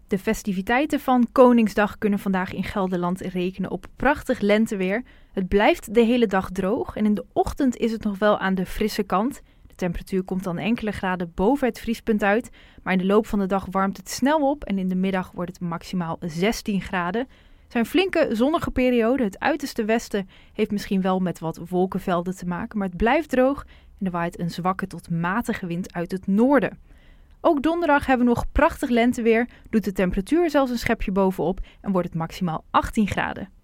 De festiviteiten van Koningsdag kunnen vandaag in Gelderland rekenen op prachtig lenteweer. Het blijft de hele dag droog en in de ochtend is het nog wel aan de frisse kant. De temperatuur komt dan enkele graden boven het vriespunt uit, maar in de loop van de dag warmt het snel op en in de middag wordt het maximaal 16 graden. Het zijn flinke zonnige perioden. Het uiterste westen heeft misschien wel met wat wolkenvelden te maken, maar het blijft droog en er waait een zwakke tot matige wind uit het noorden. Ook donderdag hebben we nog prachtig lenteweer, doet de temperatuur zelfs een schepje bovenop en wordt het maximaal 18 graden.